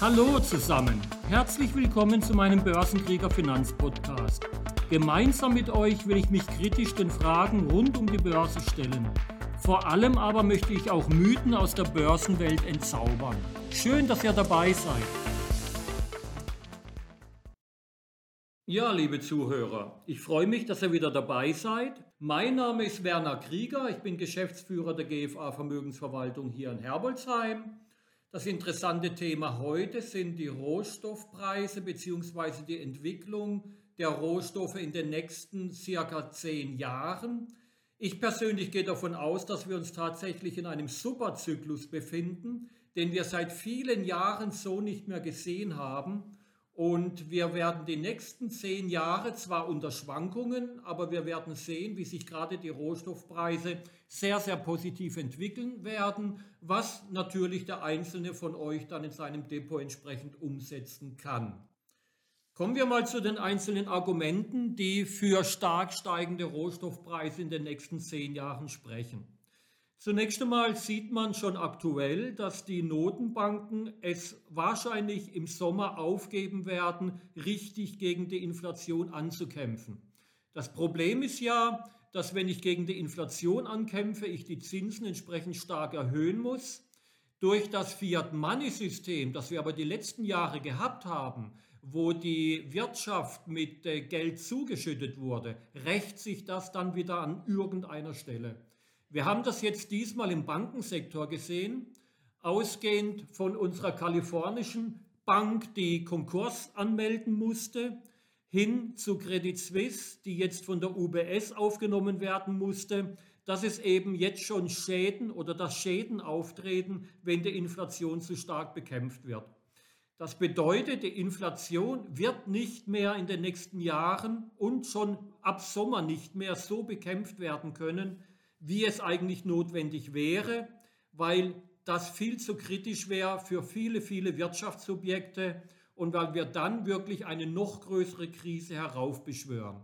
Hallo zusammen, herzlich willkommen zu meinem Börsenkrieger Finanzpodcast. Gemeinsam mit euch will ich mich kritisch den Fragen rund um die Börse stellen. Vor allem aber möchte ich auch Mythen aus der Börsenwelt entzaubern. Schön, dass ihr dabei seid. Ja, liebe Zuhörer, ich freue mich, dass ihr wieder dabei seid. Mein Name ist Werner Krieger, ich bin Geschäftsführer der GFA Vermögensverwaltung hier in Herbolzheim. Das interessante Thema heute sind die Rohstoffpreise bzw. die Entwicklung der Rohstoffe in den nächsten circa 10 Jahren. Ich persönlich gehe davon aus, dass wir uns tatsächlich in einem Superzyklus befinden, den wir seit vielen Jahren so nicht mehr gesehen haben. Und wir werden die nächsten 10 Jahre zwar unter Schwankungen, aber wir werden sehen, wie sich gerade die Rohstoffpreise sehr, sehr positiv entwickeln werden, was natürlich der Einzelne von euch dann in seinem Depot entsprechend umsetzen kann. Kommen wir mal zu den einzelnen Argumenten, die für stark steigende Rohstoffpreise in den nächsten 10 Jahren sprechen. Zunächst einmal sieht man schon aktuell, dass die Notenbanken es wahrscheinlich im Sommer aufgeben werden, richtig gegen die Inflation anzukämpfen. Das Problem ist ja, dass wenn ich gegen die Inflation ankämpfe, ich die Zinsen entsprechend stark erhöhen muss. Durch das Fiat-Money-System, das wir aber die letzten Jahre gehabt haben, wo die Wirtschaft mit Geld zugeschüttet wurde, rächt sich das dann wieder an irgendeiner Stelle. Wir haben das jetzt diesmal im Bankensektor gesehen, ausgehend von unserer kalifornischen Bank, die Konkurs anmelden musste, hin zu Credit Suisse, die jetzt von der UBS aufgenommen werden musste, dass es eben jetzt schon Schäden oder dass Schäden auftreten, wenn die Inflation zu stark bekämpft wird. Das bedeutet, die Inflation wird nicht mehr in den nächsten Jahren und schon ab Sommer nicht mehr so bekämpft werden können, wie es eigentlich notwendig wäre, weil das viel zu kritisch wäre für viele, viele Wirtschaftsobjekte und weil wir dann wirklich eine noch größere Krise heraufbeschwören.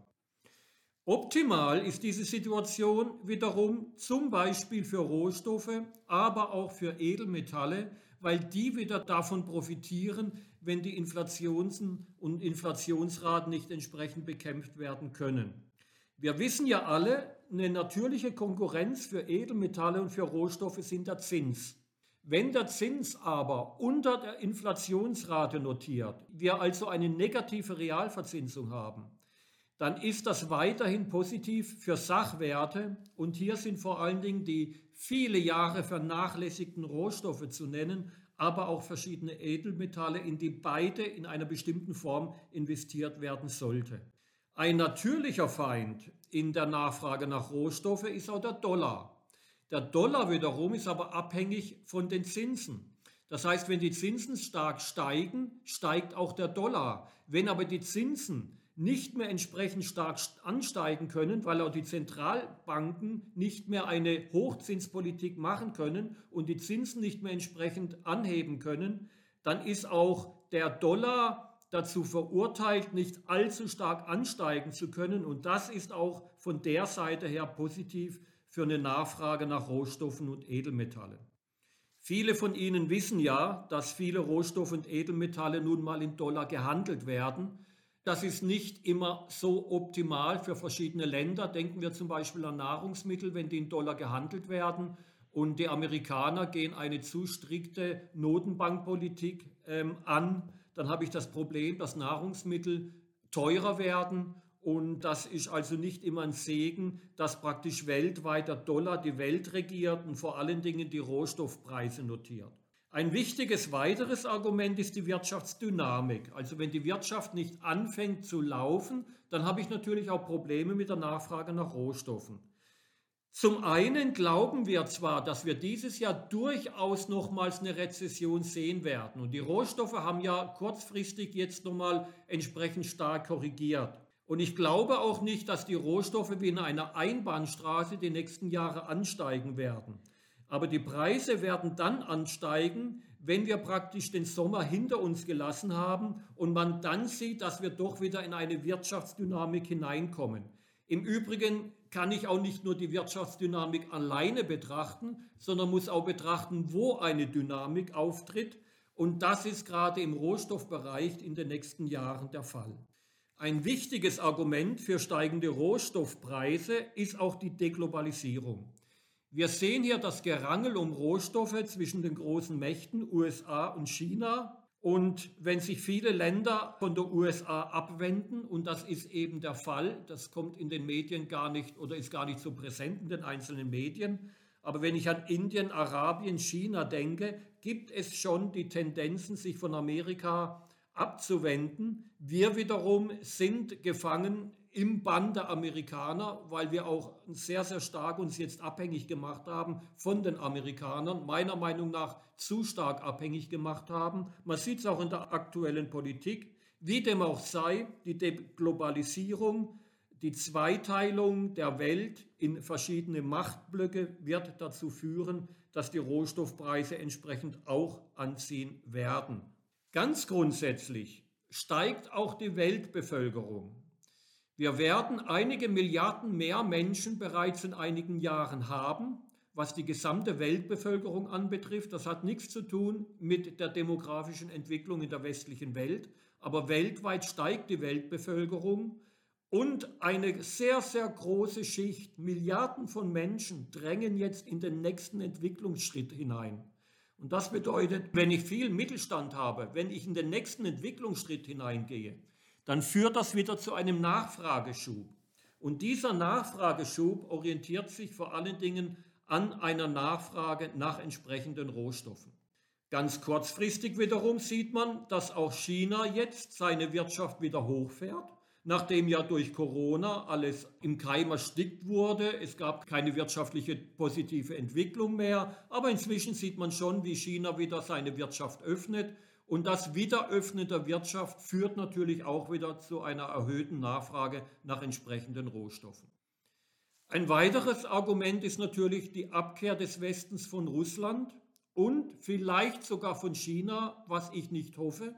Optimal ist diese Situation wiederum zum Beispiel für Rohstoffe, aber auch für Edelmetalle, weil die wieder davon profitieren, wenn die Inflations- und Inflationsraten nicht entsprechend bekämpft werden können. Wir wissen ja alle, eine natürliche Konkurrenz für Edelmetalle und für Rohstoffe sind der Zins. Wenn der Zins aber unter der Inflationsrate notiert, wir also eine negative Realverzinsung haben, dann ist das weiterhin positiv für Sachwerte und hier sind vor allen Dingen die viele Jahre vernachlässigten Rohstoffe zu nennen, aber auch verschiedene Edelmetalle, in die beide in einer bestimmten Form investiert werden sollte. Ein natürlicher Feind in der Nachfrage nach Rohstoffen ist auch der Dollar. Der Dollar wiederum ist aber abhängig von den Zinsen. Das heißt, wenn die Zinsen stark steigen, steigt auch der Dollar. Wenn aber die Zinsen nicht mehr entsprechend stark ansteigen können, weil auch die Zentralbanken nicht mehr eine Hochzinspolitik machen können und die Zinsen nicht mehr entsprechend anheben können, dann ist auch der Dollar dazu verurteilt, nicht allzu stark ansteigen zu können. Und das ist auch von der Seite her positiv für eine Nachfrage nach Rohstoffen und Edelmetallen. Viele von Ihnen wissen ja, dass viele Rohstoffe und Edelmetalle nun mal in Dollar gehandelt werden. Das ist nicht immer so optimal für verschiedene Länder. Denken wir zum Beispiel an Nahrungsmittel, wenn die in Dollar gehandelt werden. Und die Amerikaner gehen eine zu strikte Notenbankpolitik an, dann habe ich das Problem, dass Nahrungsmittel teurer werden und das ist also nicht immer ein Segen, dass praktisch weltweit der Dollar die Welt regiert und vor allen Dingen die Rohstoffpreise notiert. Ein wichtiges weiteres Argument ist die Wirtschaftsdynamik. Also wenn die Wirtschaft nicht anfängt zu laufen, dann habe ich natürlich auch Probleme mit der Nachfrage nach Rohstoffen. Zum einen glauben wir zwar, dass wir dieses Jahr durchaus nochmals eine Rezession sehen werden und die Rohstoffe haben ja kurzfristig jetzt nochmal entsprechend stark korrigiert. Und ich glaube auch nicht, dass die Rohstoffe wie in einer Einbahnstraße die nächsten Jahre ansteigen werden. Aber die Preise werden dann ansteigen, wenn wir praktisch den Sommer hinter uns gelassen haben und man dann sieht, dass wir doch wieder in eine Wirtschaftsdynamik hineinkommen. Im Übrigen kann ich auch nicht nur die Wirtschaftsdynamik alleine betrachten, sondern muss auch betrachten, wo eine Dynamik auftritt. Und das ist gerade im Rohstoffbereich in den nächsten Jahren der Fall. Ein wichtiges Argument für steigende Rohstoffpreise ist auch die Deglobalisierung. Wir sehen hier das Gerangel um Rohstoffe zwischen den großen Mächten USA und China. Und wenn sich viele Länder von der USA abwenden, und das ist eben der Fall, das kommt in den Medien gar nicht oder ist gar nicht so präsent in den einzelnen Medien, aber wenn ich an Indien, Arabien, China denke, gibt es schon die Tendenzen, sich von Amerika abzuwenden. Wir wiederum sind gefangen im Bann der Amerikaner, weil wir auch sehr, sehr stark uns jetzt abhängig gemacht haben von den Amerikanern, meiner Meinung nach zu stark abhängig gemacht haben. Man sieht es auch in der aktuellen Politik. Wie dem auch sei, die Deglobalisierung, die Zweiteilung der Welt in verschiedene Machtblöcke wird dazu führen, dass die Rohstoffpreise entsprechend auch anziehen werden. Ganz grundsätzlich steigt auch die Weltbevölkerung. Wir werden einige Milliarden mehr Menschen bereits in einigen Jahren haben, was die gesamte Weltbevölkerung anbetrifft. Das hat nichts zu tun mit der demografischen Entwicklung in der westlichen Welt, aber weltweit steigt die Weltbevölkerung und eine sehr, sehr große Schicht, Milliarden von Menschen drängen jetzt in den nächsten Entwicklungsschritt hinein. Und das bedeutet, wenn ich viel Mittelstand habe, wenn ich in den nächsten Entwicklungsschritt hineingehe, dann führt das wieder zu einem Nachfrageschub. Und dieser Nachfrageschub orientiert sich vor allen Dingen an einer Nachfrage nach entsprechenden Rohstoffen. Ganz kurzfristig wiederum sieht man, dass auch China jetzt seine Wirtschaft wieder hochfährt, nachdem ja durch Corona alles im Keim erstickt wurde. Es gab keine wirtschaftliche positive Entwicklung mehr, aber inzwischen sieht man schon, wie China wieder seine Wirtschaft öffnet. Und das Wiederöffnen der Wirtschaft führt natürlich auch wieder zu einer erhöhten Nachfrage nach entsprechenden Rohstoffen. Ein weiteres Argument ist natürlich die Abkehr des Westens von Russland und vielleicht sogar von China, was ich nicht hoffe.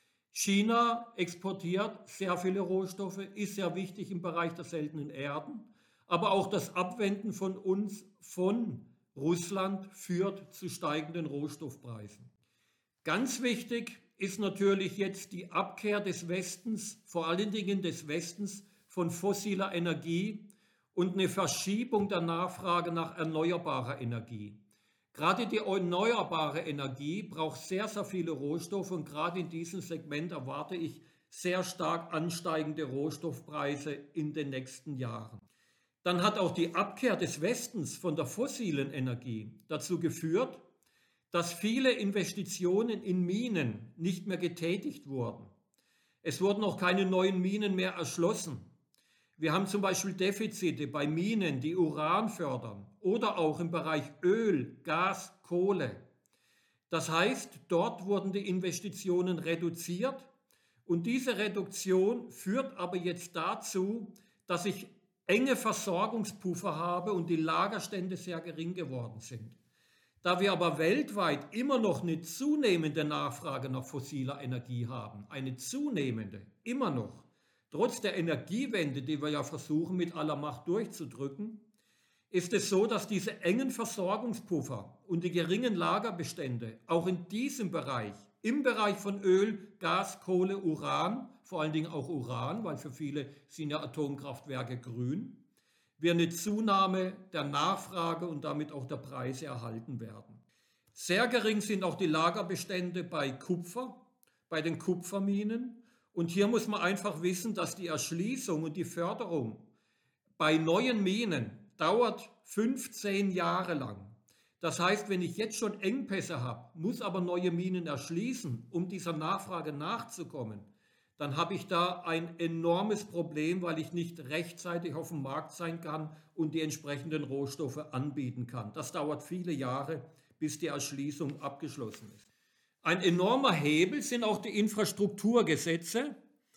China exportiert sehr viele Rohstoffe, ist sehr wichtig im Bereich der seltenen Erden, aber auch das Abwenden von uns von Russland führt zu steigenden Rohstoffpreisen. Ganz wichtig ist natürlich jetzt die Abkehr des Westens, vor allen Dingen des Westens, von fossiler Energie und eine Verschiebung der Nachfrage nach erneuerbarer Energie. Gerade die erneuerbare Energie braucht sehr, sehr viele Rohstoffe und gerade in diesem Segment erwarte ich sehr stark ansteigende Rohstoffpreise in den nächsten Jahren. Dann hat auch die Abkehr des Westens von der fossilen Energie dazu geführt, dass viele Investitionen in Minen nicht mehr getätigt wurden. Es wurden auch keine neuen Minen mehr erschlossen. Wir haben zum Beispiel Defizite bei Minen, die Uran fördern oder auch im Bereich Öl, Gas, Kohle. Das heißt, dort wurden die Investitionen reduziert und diese Reduktion führt aber jetzt dazu, dass ich enge Versorgungspuffer habe und die Lagerstände sehr gering geworden sind. Da wir aber weltweit immer noch eine zunehmende Nachfrage nach fossiler Energie haben, eine zunehmende, immer noch, trotz der Energiewende, die wir ja versuchen mit aller Macht durchzudrücken, ist es so, dass diese engen Versorgungspuffer und die geringen Lagerbestände auch in diesem Bereich, im Bereich von Öl, Gas, Kohle, Uran, vor allen Dingen auch Uran, weil für viele sind ja Atomkraftwerke grün, wir eine Zunahme der Nachfrage und damit auch der Preise erhalten werden. Sehr gering sind auch die Lagerbestände bei Kupfer, bei den Kupferminen. Und hier muss man einfach wissen, dass die Erschließung und die Förderung bei neuen Minen dauert 15 Jahre lang. Das heißt, wenn ich jetzt schon Engpässe habe, muss aber neue Minen erschließen, um dieser Nachfrage nachzukommen, dann habe ich da ein enormes Problem, weil ich nicht rechtzeitig auf dem Markt sein kann und die entsprechenden Rohstoffe anbieten kann. Das dauert viele Jahre, bis die Erschließung abgeschlossen ist. Ein enormer Hebel sind auch die Infrastrukturgesetze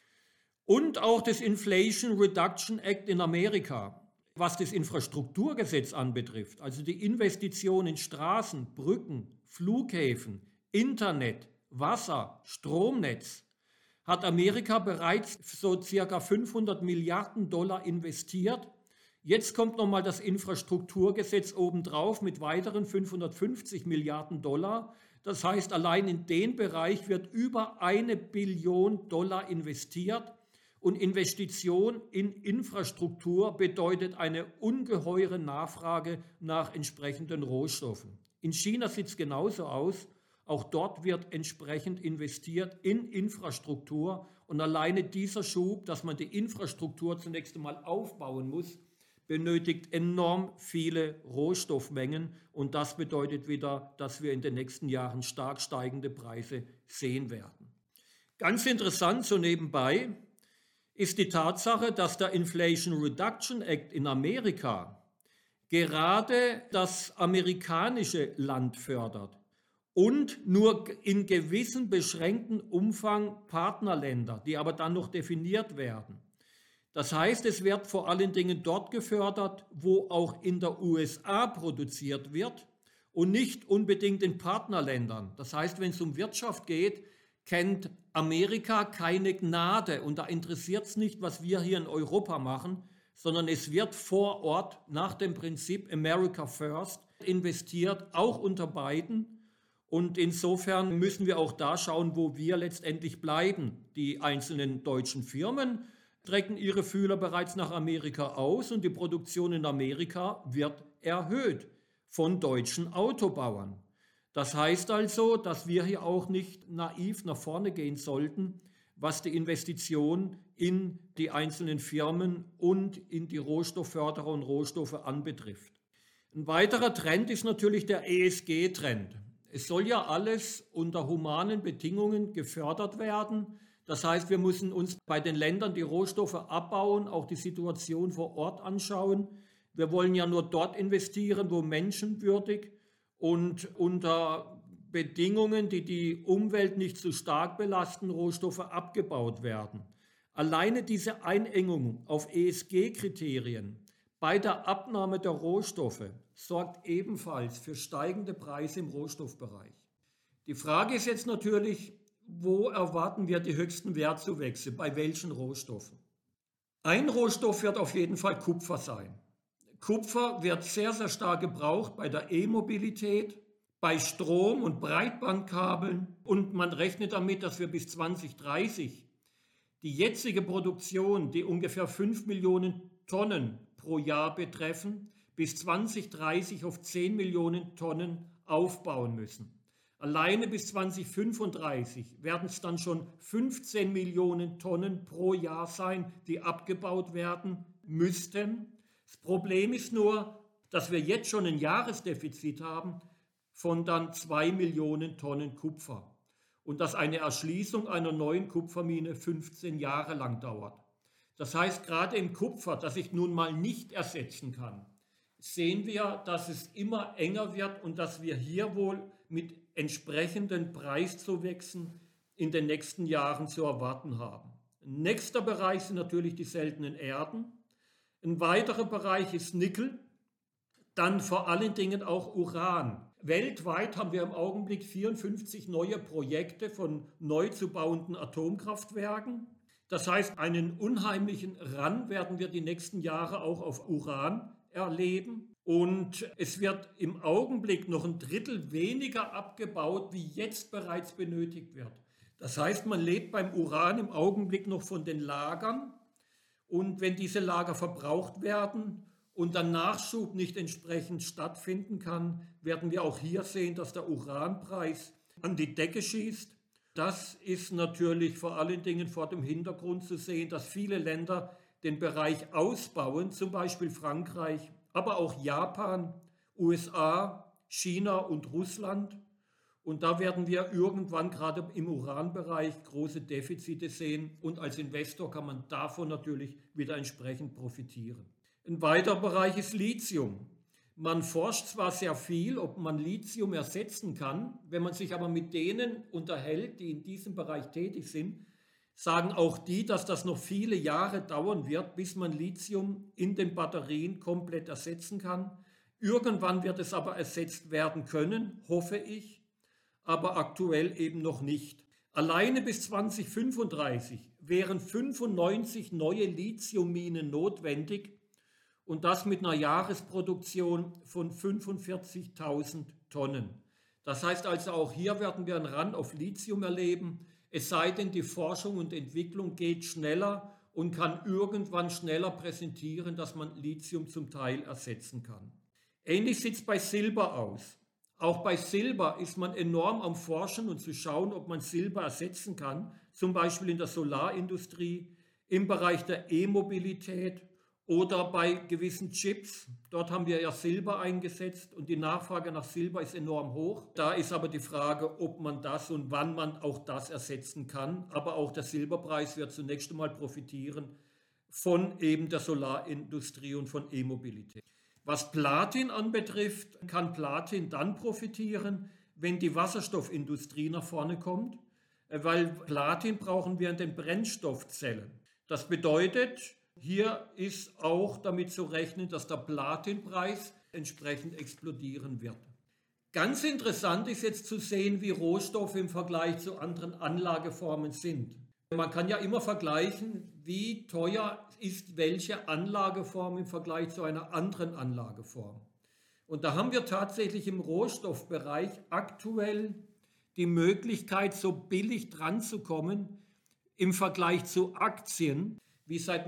und auch das Inflation Reduction Act in Amerika. Was das Infrastrukturgesetz anbetrifft, also die Investitionen in Straßen, Brücken, Flughäfen, Internet, Wasser, Stromnetz, hat Amerika bereits so circa 500 Milliarden Dollar investiert. Jetzt kommt nochmal das Infrastrukturgesetz obendrauf mit weiteren 550 Milliarden Dollar. Das heißt, allein in den Bereich wird über $1 Billion investiert. Und Investition in Infrastruktur bedeutet eine ungeheure Nachfrage nach entsprechenden Rohstoffen. In China sieht es genauso aus. Auch dort wird entsprechend investiert in Infrastruktur. Und alleine dieser Schub, dass man die Infrastruktur zunächst einmal aufbauen muss, benötigt enorm viele Rohstoffmengen. Und das bedeutet wieder, dass wir in den nächsten Jahren stark steigende Preise sehen werden. Ganz interessant so nebenbei ist die Tatsache, dass der Inflation Reduction Act in Amerika gerade das amerikanische Land fördert und nur in gewissem beschränkten Umfang Partnerländer, die aber dann noch definiert werden. Das heißt, es wird vor allen Dingen dort gefördert, wo auch in der USA produziert wird und nicht unbedingt in Partnerländern. Das heißt, wenn es um Wirtschaft geht, kennt Amerika keine Gnade und da interessiert es nicht, was wir hier in Europa machen, sondern es wird vor Ort nach dem Prinzip America First investiert, auch unter Biden. Und insofern müssen wir auch da schauen, wo wir letztendlich bleiben. Die einzelnen deutschen Firmen strecken ihre Fühler bereits nach Amerika aus und die Produktion in Amerika wird erhöht von deutschen Autobauern. Das heißt also, dass wir hier auch nicht naiv nach vorne gehen sollten, was die Investition in die einzelnen Firmen und in die Rohstoffförderer und Rohstoffe anbetrifft. Ein weiterer Trend ist natürlich der ESG-Trend. Es soll ja alles unter humanen Bedingungen gefördert werden. Das heißt, wir müssen uns bei den Ländern die Rohstoffe abbauen, auch die Situation vor Ort anschauen. Wir wollen ja nur dort investieren, wo menschenwürdig und unter Bedingungen, die die Umwelt nicht zu stark belasten, Rohstoffe abgebaut werden. Alleine diese Einengung auf ESG-Kriterien bei der Abnahme der Rohstoffe sorgt ebenfalls für steigende Preise im Rohstoffbereich. Die Frage ist jetzt natürlich, wo erwarten wir die höchsten Wertzuwächse, bei welchen Rohstoffen? Ein Rohstoff wird auf jeden Fall Kupfer sein. Kupfer wird sehr, sehr stark gebraucht bei der E-Mobilität, bei Strom- und Breitbandkabeln und man rechnet damit, dass wir bis 2030 die jetzige Produktion, die ungefähr 5 Millionen Tonnen pro Jahr betreffen, bis 2030 auf 10 Millionen Tonnen aufbauen müssen. Alleine bis 2035 werden es dann schon 15 Millionen Tonnen pro Jahr sein, die abgebaut werden müssten. Das Problem ist nur, dass wir jetzt schon ein Jahresdefizit haben von dann 2 Millionen Tonnen Kupfer und dass eine Erschließung einer neuen Kupfermine 15 Jahre lang dauert. Das heißt, gerade im Kupfer, das ich nun mal nicht ersetzen kann, sehen wir, dass es immer enger wird und dass wir hier wohl mit entsprechenden Preiszuwächsen in den nächsten Jahren zu erwarten haben. Ein nächster Bereich sind natürlich die seltenen Erden. Ein weiterer Bereich ist Nickel, dann vor allen Dingen auch Uran. Weltweit haben wir im Augenblick 54 neue Projekte von neu zu bauenden Atomkraftwerken. Das heißt, einen unheimlichen Run werden wir die nächsten Jahre auch auf Uran erleben. Und es wird im Augenblick noch ein Drittel weniger abgebaut, wie jetzt bereits benötigt wird. Das heißt, man lebt beim Uran im Augenblick noch von den Lagern. Und wenn diese Lager verbraucht werden und der Nachschub nicht entsprechend stattfinden kann, werden wir auch hier sehen, dass der Uranpreis an die Decke schießt. Das ist natürlich vor allen Dingen vor dem Hintergrund zu sehen, dass viele Länder den Bereich ausbauen, zum Beispiel Frankreich, aber auch Japan, USA, China und Russland. Und da werden wir irgendwann gerade im Uranbereich große Defizite sehen und als Investor kann man davon natürlich wieder entsprechend profitieren. Ein weiterer Bereich ist Lithium. Man forscht zwar sehr viel, ob man Lithium ersetzen kann, wenn man sich aber mit denen unterhält, die in diesem Bereich tätig sind, sagen auch die, dass das noch viele Jahre dauern wird, bis man Lithium in den Batterien komplett ersetzen kann. Irgendwann wird es aber ersetzt werden können, hoffe ich, aber aktuell eben noch nicht. Alleine bis 2035 wären 95 neue Lithiumminen notwendig und das mit einer Jahresproduktion von 45.000 Tonnen. Das heißt also, auch hier werden wir einen Run auf Lithium erleben, es sei denn, die Forschung und Entwicklung geht schneller und kann irgendwann schneller präsentieren, dass man Lithium zum Teil ersetzen kann. Ähnlich sieht es bei Silber aus. Auch bei Silber ist man enorm am Forschen und zu schauen, ob man Silber ersetzen kann, zum Beispiel in der Solarindustrie, im Bereich der E-Mobilität oder bei gewissen Chips. Dort haben wir ja Silber eingesetzt und die Nachfrage nach Silber ist enorm hoch. Da ist aber die Frage, ob man das und wann man auch das ersetzen kann. Aber auch der Silberpreis wird zunächst einmal profitieren von eben der Solarindustrie und von E-Mobilität. Was Platin anbetrifft, kann Platin dann profitieren, wenn die Wasserstoffindustrie nach vorne kommt, weil Platin brauchen wir in den Brennstoffzellen. Das bedeutet, hier ist auch damit zu rechnen, dass der Platinpreis entsprechend explodieren wird. Ganz interessant ist jetzt zu sehen, wie Rohstoffe im Vergleich zu anderen Anlageformen sind. Man kann ja immer vergleichen, wie teuer ist welche Anlageform im Vergleich zu einer anderen Anlageform. Und da haben wir tatsächlich im Rohstoffbereich aktuell die Möglichkeit, so billig dran zu kommen im Vergleich zu Aktien wie seit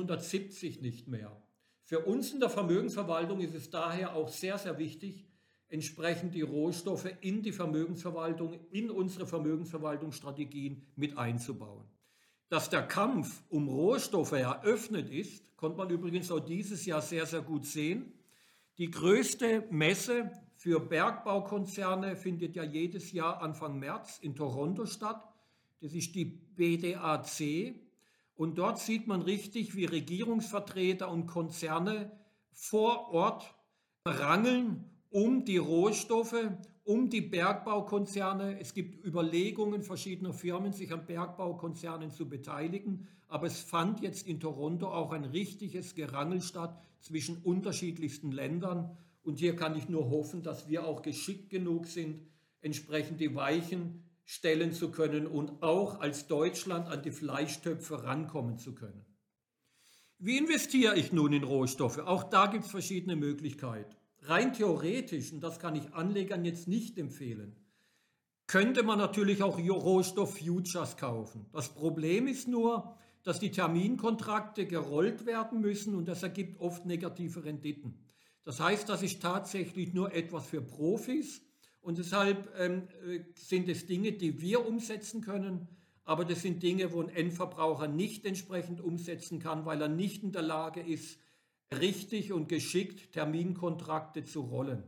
1970 nicht mehr. Für uns in der Vermögensverwaltung ist es daher auch sehr, sehr wichtig, entsprechend die Rohstoffe in die Vermögensverwaltung, in unsere Vermögensverwaltungsstrategien mit einzubauen. Dass der Kampf um Rohstoffe eröffnet ist, konnte man übrigens auch dieses Jahr sehr, sehr gut sehen. Die größte Messe für Bergbaukonzerne findet ja jedes Jahr Anfang März in Toronto statt. Das ist die BDAC. Und dort sieht man richtig, wie Regierungsvertreter und Konzerne vor Ort rangeln um die Rohstoffe, um die Bergbaukonzerne. Es gibt Überlegungen verschiedener Firmen, sich an Bergbaukonzernen zu beteiligen. Aber es fand jetzt in Toronto auch ein richtiges Gerangel statt zwischen unterschiedlichsten Ländern. Und hier kann ich nur hoffen, dass wir auch geschickt genug sind, entsprechend die Weichen stellen zu können und auch als Deutschland an die Fleischtöpfe rankommen zu können. Wie investiere ich nun in Rohstoffe? Auch da gibt es verschiedene Möglichkeiten. Rein theoretisch, und das kann ich Anlegern jetzt nicht empfehlen, könnte man natürlich auch Rohstoff-Futures kaufen. Das Problem ist nur, dass die Terminkontrakte gerollt werden müssen und das ergibt oft negative Renditen. Das heißt, das ist tatsächlich nur etwas für Profis und deshalb sind es Dinge, die wir umsetzen können, aber das sind Dinge, wo ein Endverbraucher nicht entsprechend umsetzen kann, weil er nicht in der Lage ist, richtig und geschickt Terminkontrakte zu rollen.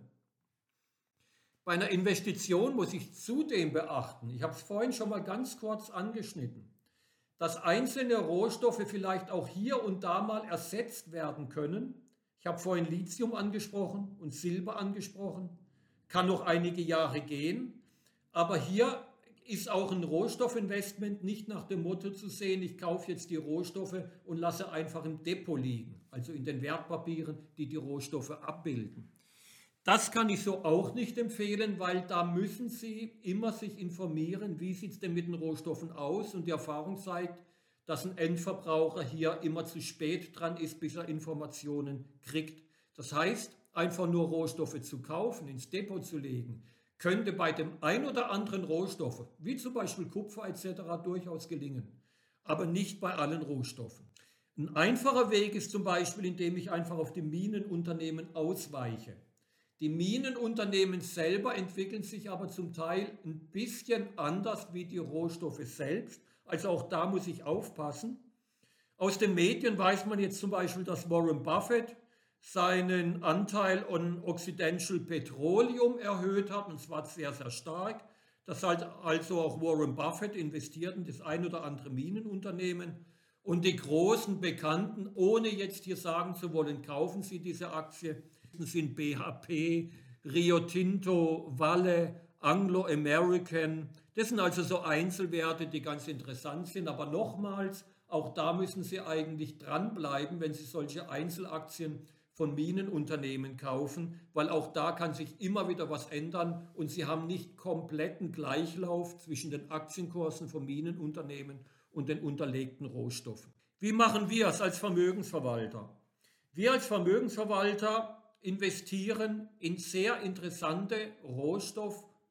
Bei einer Investition muss ich zudem beachten, ich habe es vorhin schon mal ganz kurz angeschnitten, dass einzelne Rohstoffe vielleicht auch hier und da mal ersetzt werden können. Ich habe vorhin Lithium angesprochen und Silber angesprochen, kann noch einige Jahre gehen, aber hier ist auch ein Rohstoffinvestment nicht nach dem Motto zu sehen, ich kaufe jetzt die Rohstoffe und lasse einfach im Depot liegen, also in den Wertpapieren, die die Rohstoffe abbilden. Das kann ich so auch nicht empfehlen, weil da müssen Sie immer sich informieren, wie sieht es denn mit den Rohstoffen aus, und die Erfahrung zeigt, dass ein Endverbraucher hier immer zu spät dran ist, bis er Informationen kriegt. Das heißt, einfach nur Rohstoffe zu kaufen, ins Depot zu legen, könnte bei dem ein oder anderen Rohstoff, wie zum Beispiel Kupfer etc., durchaus gelingen, aber nicht bei allen Rohstoffen. Ein einfacher Weg ist zum Beispiel, indem ich einfach auf die Minenunternehmen ausweiche. Die Minenunternehmen selber entwickeln sich aber zum Teil ein bisschen anders wie die Rohstoffe selbst. Also auch da muss ich aufpassen. Aus den Medien weiß man jetzt zum Beispiel, dass Warren Buffett seinen Anteil an Occidental Petroleum erhöht hat, und zwar sehr, sehr stark. Das hat also auch Warren Buffett investiert in das ein oder andere Minenunternehmen. Und die großen Bekannten, ohne jetzt hier sagen zu wollen, kaufen Sie diese Aktie, sind BHP, Rio Tinto, Vale, Anglo American. Das sind also so Einzelwerte, die ganz interessant sind. Aber nochmals, auch da müssen Sie eigentlich dranbleiben, wenn Sie solche Einzelaktien von Minenunternehmen kaufen, weil auch da kann sich immer wieder was ändern und Sie haben nicht kompletten Gleichlauf zwischen den Aktienkursen von Minenunternehmen und den unterlegten Rohstoffen. Wie machen wir es als Vermögensverwalter? Wir als Vermögensverwalter investieren in sehr interessante Rohstoff-,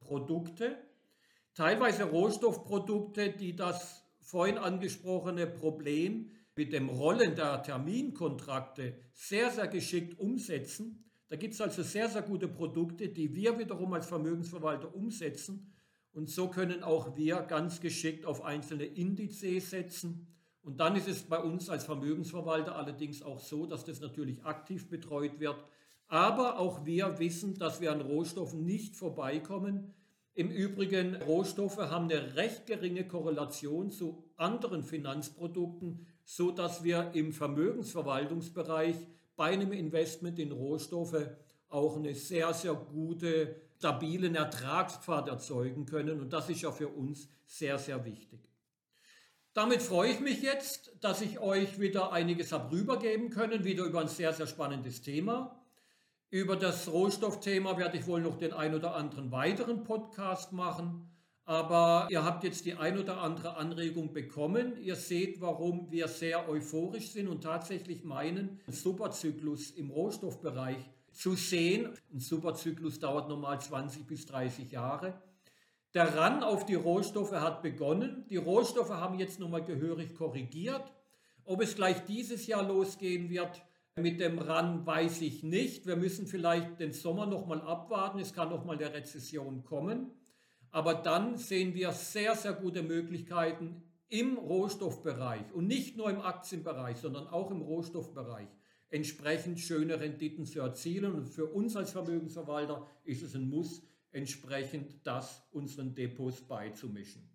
Produkte, teilweise Rohstoffprodukte, die das vorhin angesprochene Problem mit dem Rollen der Terminkontrakte sehr, sehr geschickt umsetzen. Da gibt es also sehr, sehr gute Produkte, die wir wiederum als Vermögensverwalter umsetzen. Und so können auch wir ganz geschickt auf einzelne Indizes setzen. Und dann ist es bei uns als Vermögensverwalter allerdings auch so, dass das natürlich aktiv betreut wird. Aber auch wir wissen, dass wir an Rohstoffen nicht vorbeikommen. Im Übrigen, Rohstoffe haben eine recht geringe Korrelation zu anderen Finanzprodukten, sodass wir im Vermögensverwaltungsbereich bei einem Investment in Rohstoffe auch eine sehr, sehr gute, stabilen Ertragspfad erzeugen können. Und das ist ja für uns sehr, sehr wichtig. Damit freue ich mich jetzt, dass ich euch wieder einiges habe rübergeben können, wieder über ein sehr, sehr spannendes Thema. Über das Rohstoffthema werde ich wohl noch den ein oder anderen weiteren Podcast machen. Aber ihr habt jetzt die ein oder andere Anregung bekommen. Ihr seht, warum wir sehr euphorisch sind und tatsächlich meinen, einen Superzyklus im Rohstoffbereich zu sehen. Ein Superzyklus dauert normal 20 bis 30 Jahre. Der Run auf die Rohstoffe hat begonnen. Die Rohstoffe haben jetzt nochmal gehörig korrigiert. Ob es gleich dieses Jahr losgehen wird mit dem Run, weiß ich nicht. Wir müssen vielleicht den Sommer nochmal abwarten. Es kann nochmal der Rezession kommen. Aber dann sehen wir sehr, sehr gute Möglichkeiten im Rohstoffbereich und nicht nur im Aktienbereich, sondern auch im Rohstoffbereich entsprechend schöne Renditen zu erzielen. Und für uns als Vermögensverwalter ist es ein Muss, entsprechend das unseren Depots beizumischen.